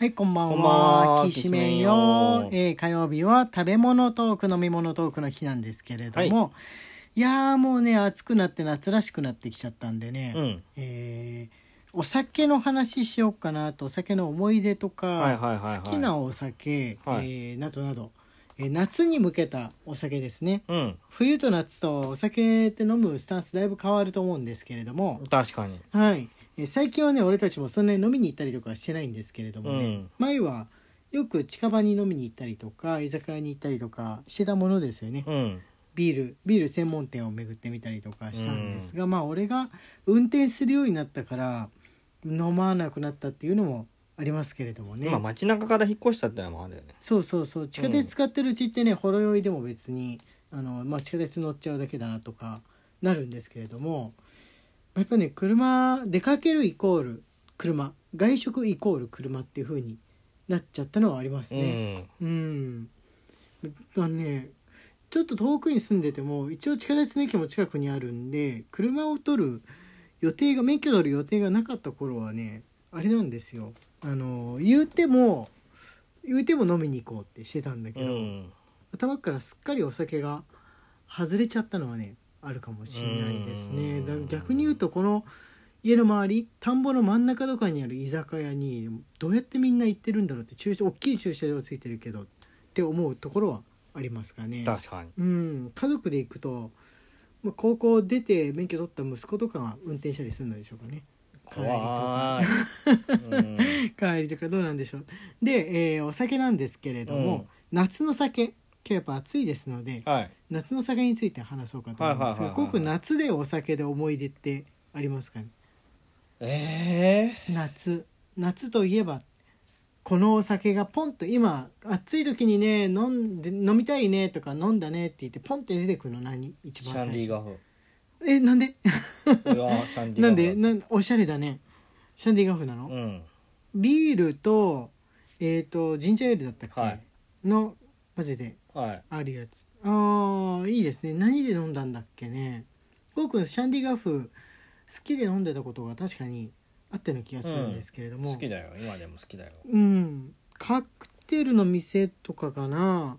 はい、こんばんこんばんは。 はきしめんきしよ。 めん火曜日は食べ物トーク、飲み物トークの日なんですけれども、いやーもうね、暑くなって夏らしくなってきちゃったんでね、お酒の話しようかなと、お酒の思い出とか、 はいはいはいはい好きなお酒、 はいなどなど、夏に向けたお酒ですね。 うん冬と夏とお酒って飲むスタンスだいぶ変わると思うんですけれども、 確かにはい最近はね俺たちもそんなに飲みに行ったりとかはしてないんですけれどもね、前はよく近場に飲みに行ったりとか居酒屋に行ったりとかしてたものですよね。ビール専門店を巡ってみたりとかしたんですが、まあ俺が運転するようになったから飲まなくなったっていうのもありますけれどもね。 まあ街中から引っ越したってのもあるよね。 そう地下鉄使ってるうちってね、ほろ酔いでも別に地下鉄乗っちゃうだけだなとかなるんですけれども、やっぱね出かけるイコール車、外食イコール車っていう風になっちゃったのはありますね。ちょっと遠くに住んでても一応地下鉄の駅も近くにあるんで、車を取る免許取る予定がなかった頃はねあれなんですよ、言うても飲みに行こうってしてたんだけど、頭からすっかりお酒が外れちゃったのはねあるかもしれないですね。逆に言うとこの家の周り、田んぼの真ん中とかにある居酒屋にどうやってみんな行ってるんだろうって、大きい駐車場ついてるけどって思うところはありますかね。 確かに、 家族で行くと、高校出て免許取った息子とかが運転したりするのでしょうかね。 怖い帰りとかどうなんでしょう。で、お酒なんですけれども、夏の酒、今日やっぱ暑いですので、夏の酒について話そうかと思うんですが、僕夏でお酒で思い出ってありますかね。夏といえばこのお酒がポンと今暑い時にね飲みたいねとか飲んだねって言ってポンって出てくるの何一番最初。 シャンディガフ。 なんでなんでおしゃれだね。シャンディガフなの、ビールとジンジャーエールだったっけ、のマジであるやつ、いいですね。何で飲んだんだっけね。僕シャンディガフ好きで飲んでたことが確かにあったような気がするんですけれども、 好きだよ、今でも好きだよ。 カクテルの店とかかな。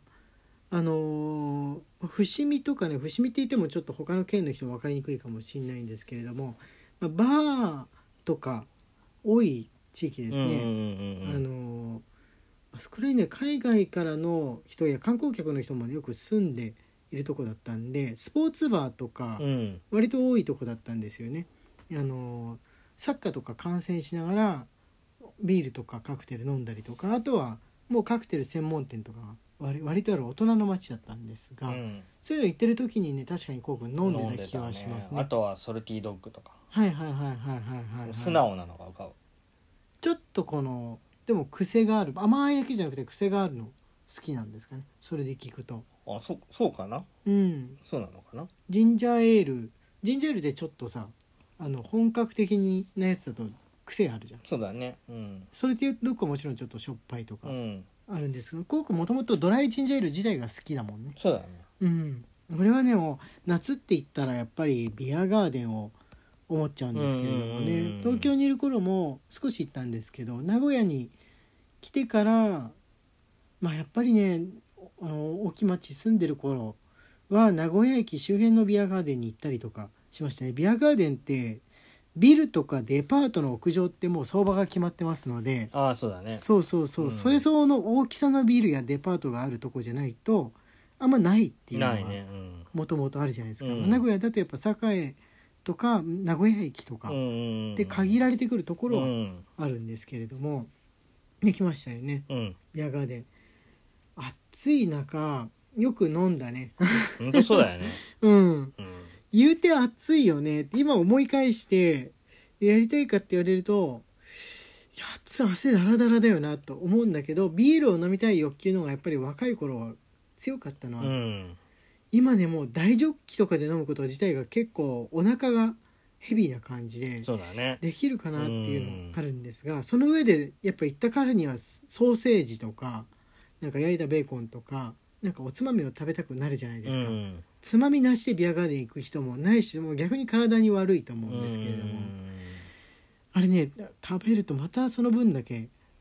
伏見とかね、伏見って言ってもちょっと他の県の人分かりにくいかもしれないんですけれども、バーとか多い地域ですね。あそこらにね海外からの人や観光客の人も、よく住んでいるとこだったんで、スポーツバーとか割と多いとこだったんですよね。サッカーとか観戦しながらビールとかカクテル飲んだりとか、あとはもうカクテル専門店とか割とある大人の街だったんですが、そういうの行ってる時にね確かにこう飲んでた気はしますね。 あとはソルティドッグとか、素直なのが浮かぶ。 ちょっとでも癖がある、甘いだけじゃなくて癖があるの好きなんですかね、それで聞くと。 そうかな。そうなのかな。 ジンジャーエールでちょっとさ、本格的なやつだと癖あるじゃん。 そうだね。 それっていうとこはもちろんちょっとしょっぱいとかあるんですが、僕もともとドライジンジャーエール自体が好きだもんね。 そうだね。 俺はねもう夏って言ったらやっぱりビアガーデンを思っちゃうんですけれどもね。東京にいる頃も少し行ったんですけど、名古屋に来てからやっぱりね大木町住んでる頃は名古屋駅周辺のビアガーデンに行ったりとかしましたね。ビアガーデンってビルとかデパートの屋上ってもう相場が決まってますので、 そうだね。 それ相応の大きさのビルやデパートがあるとこじゃないとあんまないっていうのがもともとあるじゃないですか。名古屋だとやっぱ栄とか名古屋駅とかで限られてくるところはあるんですけれども、できましたよね、ビアガーデン。暑い中よく飲んだね。 本当そうだよね。 言うて暑いよねって今思い返してやりたいかって言われると、いや汗だらだらだよなと思うんだけど、ビールを飲みたい欲求の方がやっぱり若い頃は強かったのは、今ねもう大ジョッキとかで飲むこと自体が結構お腹がヘビーな感じでできるかなっていうのがあるんですが、その上でやっぱ行ったからにはソーセージとかなんか焼いたベーコンとかなんかおつまみを食べたくなるじゃないですか。つまみなしでビアガーデン行く人もないし、もう逆に体に悪いと思うんですけれども、あれね食べるとまたその分だけ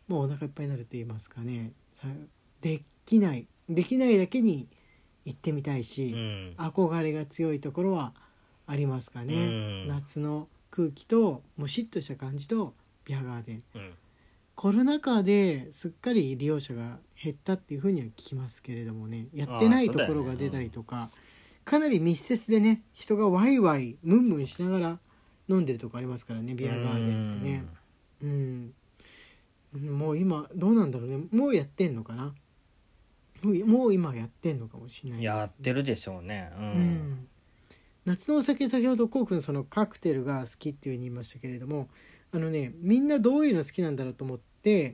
もうお腹いっぱいになると言いますかね、できないだけに行ってみたいし、憧れが強いところはありますかね。夏の空気ともしっとした感じとビアガーデン、コロナ禍ですっかり利用者が減ったっていうふうには聞きますけれどもね、やってないところが出たりとか、かなり密接でね、人がワイワイムンムンしながら飲んでるとこありますからね、ビアガーデンってね。もう今どうなんだろうね、もうやってんのかな、もう今やってんのかもしれないです、ね、 やってるでしょうね。 夏のお酒、先ほどこうくんそのカクテルが好きっていう風に言いましたけれども、みんなどういうの好きなんだろうと思って、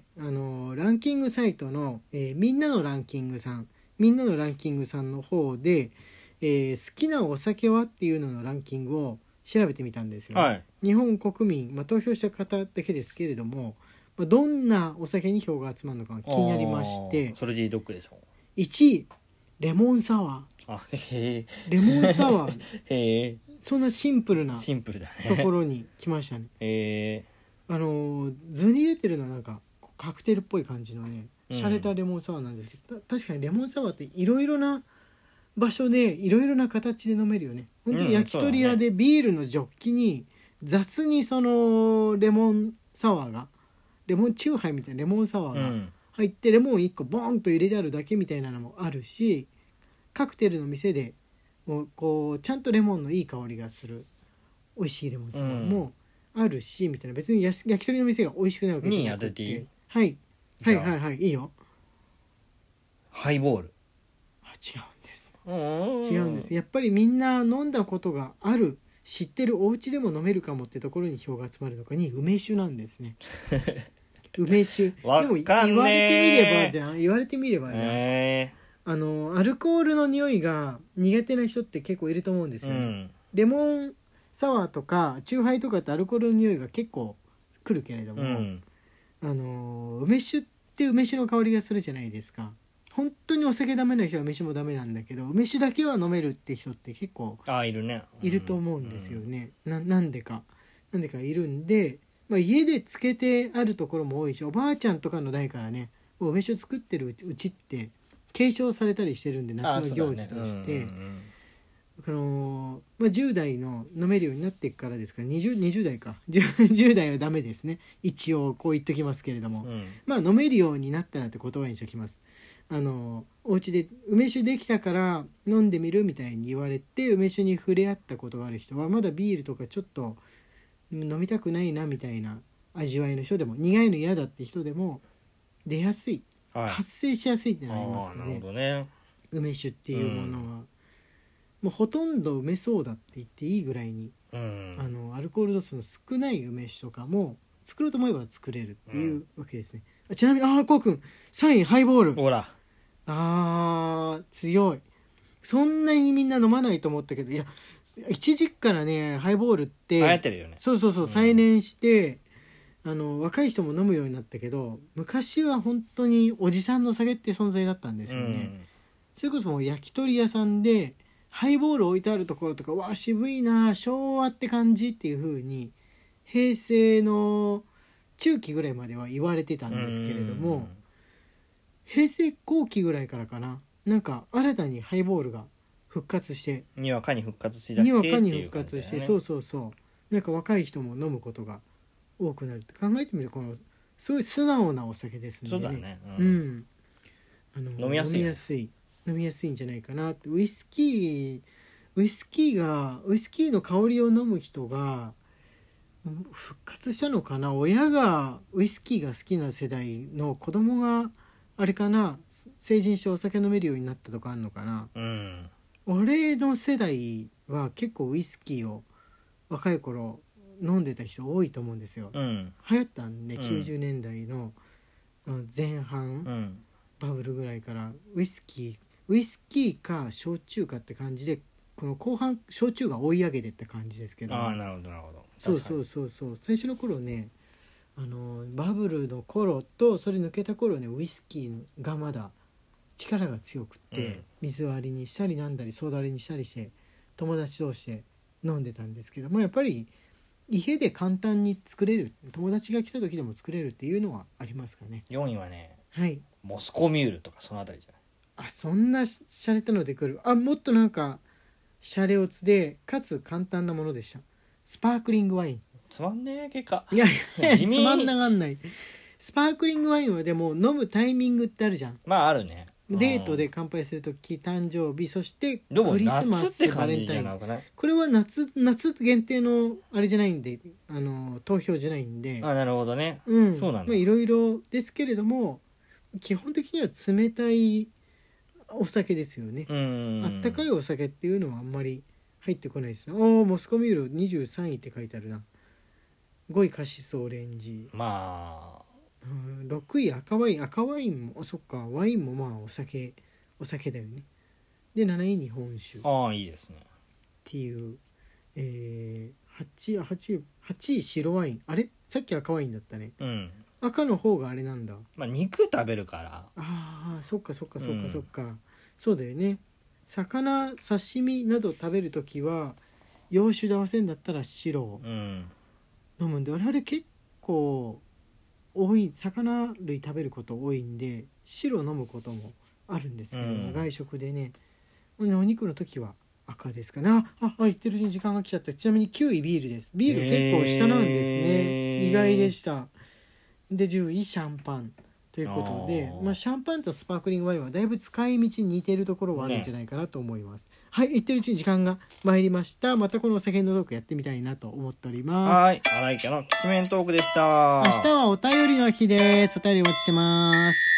ランキングサイトの、みんなのランキングさんの方で、好きなお酒はっていうののランキングを調べてみたんですよ、日本国民、投票した方だけですけれども、どんなお酒に票が集まるのか気になりまして、 それでどっかでしょう。 1位レモンサワー。レモンサワーそんなシンプルなところに来ましたね。図に出てるのはなんかカクテルっぽい感じのね、洒落たレモンサワーなんですけど、確かにレモンサワーっていろいろな場所でいろいろな形で飲めるよね。本当に焼き鳥屋でビールのジョッキに雑にそのレモンサワーが、レモンチューハイみたいなレモンサワーが入ってレモン1個ボーンと入れてあるだけみたいなのもあるし、カクテルの店でもうこうちゃんとレモンのいい香りがする美味しいレモンサワーもあるし、みたいな、別に焼き鳥の店が美味しくないわけじゃなくて、はいいいよ。 ハイボール。 違うんです。やっぱりみんな飲んだことがある、知ってる、お家でも飲めるかもってところに票が集まるのかに梅酒なんですね。梅酒でも言われてみればじゃん、アルコールの匂いが苦手な人って結構いると思うんですよね、レモンサワーとかチューハイとかってアルコールの匂いが結構くるけれども、梅酒って梅酒の香りがするじゃないですか。本当にお酒ダメな人は梅酒もダメなんだけど、梅酒だけは飲めるって人って結構いると思うんですよね。なんでかいるんで、家でつけてあるところも多いし、おばあちゃんとかの代からね、もう梅酒作ってるうちって継承されたりしてるんで、夏の行事として、10代の飲めるようになってからですから、20代か10代はダメですね、一応こう言っときますけれども、飲めるようになったらって言葉にしておきます。お家で梅酒できたから飲んでみるみたいに言われて梅酒に触れ合ったことがある人は、まだビールとかちょっと飲みたくないなみたいな味わいの人でも、苦いの嫌だって人でも出やすい、発生しやすいってなりますかね。梅酒っていうものは、もうほとんど梅ソーダって言っていいぐらいに、アルコール度数の少ない梅酒とかも作ろうと思えば作れるっていうわけですね。ちなみにこうくん3位ハイボール。 ほら強い。そんなにみんな飲まないと思ったけど、いや一時期からねハイボールって流行ってるよね。 そう再燃して、若い人も飲むようになったけど、昔は本当におじさんの酒って存在だったんですよね、それこそもう焼き鳥屋さんでハイボール置いてあるところとか、わ渋いな、昭和って感じっていう風に平成の中期ぐらいまでは言われてたんですけれども、平成後期ぐらいからかな、なんか新たにハイボールが復活して、 にわかに復活しだしてっていう感じだよね。 そうなんか若い人も飲むことが多くなるって考えてみると、このすごい素直なお酒ですので、 そうだね、 飲みやすいんじゃないかなって。ウイスキーの香りを飲む人が復活したのかな。親がウイスキーが好きな世代の子供があれかな、成人してお酒飲めるようになったとかあるのかな、俺の世代は結構ウイスキーを若い頃飲んでた人多いと思うんですよ、流行ったんで、90年代の前半、バブルぐらいからウイスキーか焼酎かって感じで、この後半焼酎が追い上げてった感じですけど、 なるほど。 そう最初の頃ね、バブルの頃とそれ抜けた頃ね、ウイスキーがまだ力が強くって、水割りにしたりなんだりソーダ割りにしたりして友達同士で飲んでたんですけども、やっぱり家で簡単に作れる、友達が来た時でも作れるっていうのはありますかね。 4位はね、 はい、 モスコミュールとかそのあたりじゃない。 あ、そんな洒落たので来る。あ、もっとなんかシャレオツでかつ簡単なものでした。スパークリングワイン。 つまんねえ結果。 いやつまんながんない。スパークリングワインはでも飲むタイミングってあるじゃん。 まああるね。 デートで乾杯するとき、誕生日、そしてクリスマス、バレンタイン。これは夏限定のあれじゃないんで、投票じゃないんで。 あ、なるほどね。 うん、 そうなんだ。 いろいろですけれども、基本的には冷たいお酒ですよね。あったかいお酒っていうのはあんまり入ってこないですね。モスコミュール23位って書いてあるな。5位カシスオレンジ。 まあ。 6位赤ワインも、そっか、ワインもまあお酒だよね。で7位日本酒。 ああ、いいですね。 っていう、8位白ワイン。あれ、さっき赤ワインだったね。 うん。 赤の方があれなんだ。 まあ肉食べるから。 ああ、そっか、そうだよね。魚、刺身など食べるときは洋酒で合わせるんだったら白を飲むんで、我々結構多い、魚類食べること多いんで白飲むこともあるんですけども、外食でね。お肉の時は赤ですかね。言ってるうちに時間が来ちゃった。ちなみに9位ビールです。ビール結構下なんですね。意外でした。で10位シャンパンということで、シャンパンとスパークリングワインはだいぶ使い道に似ているところはあるんじゃないかなと思います、ね。はい、言ってるうちに時間が参りました。またこのお酒のトークやってみたいなと思っております。 はい、荒井家のきしめんトークでした。 明日はお便りの日です。お便りお待ちしてます。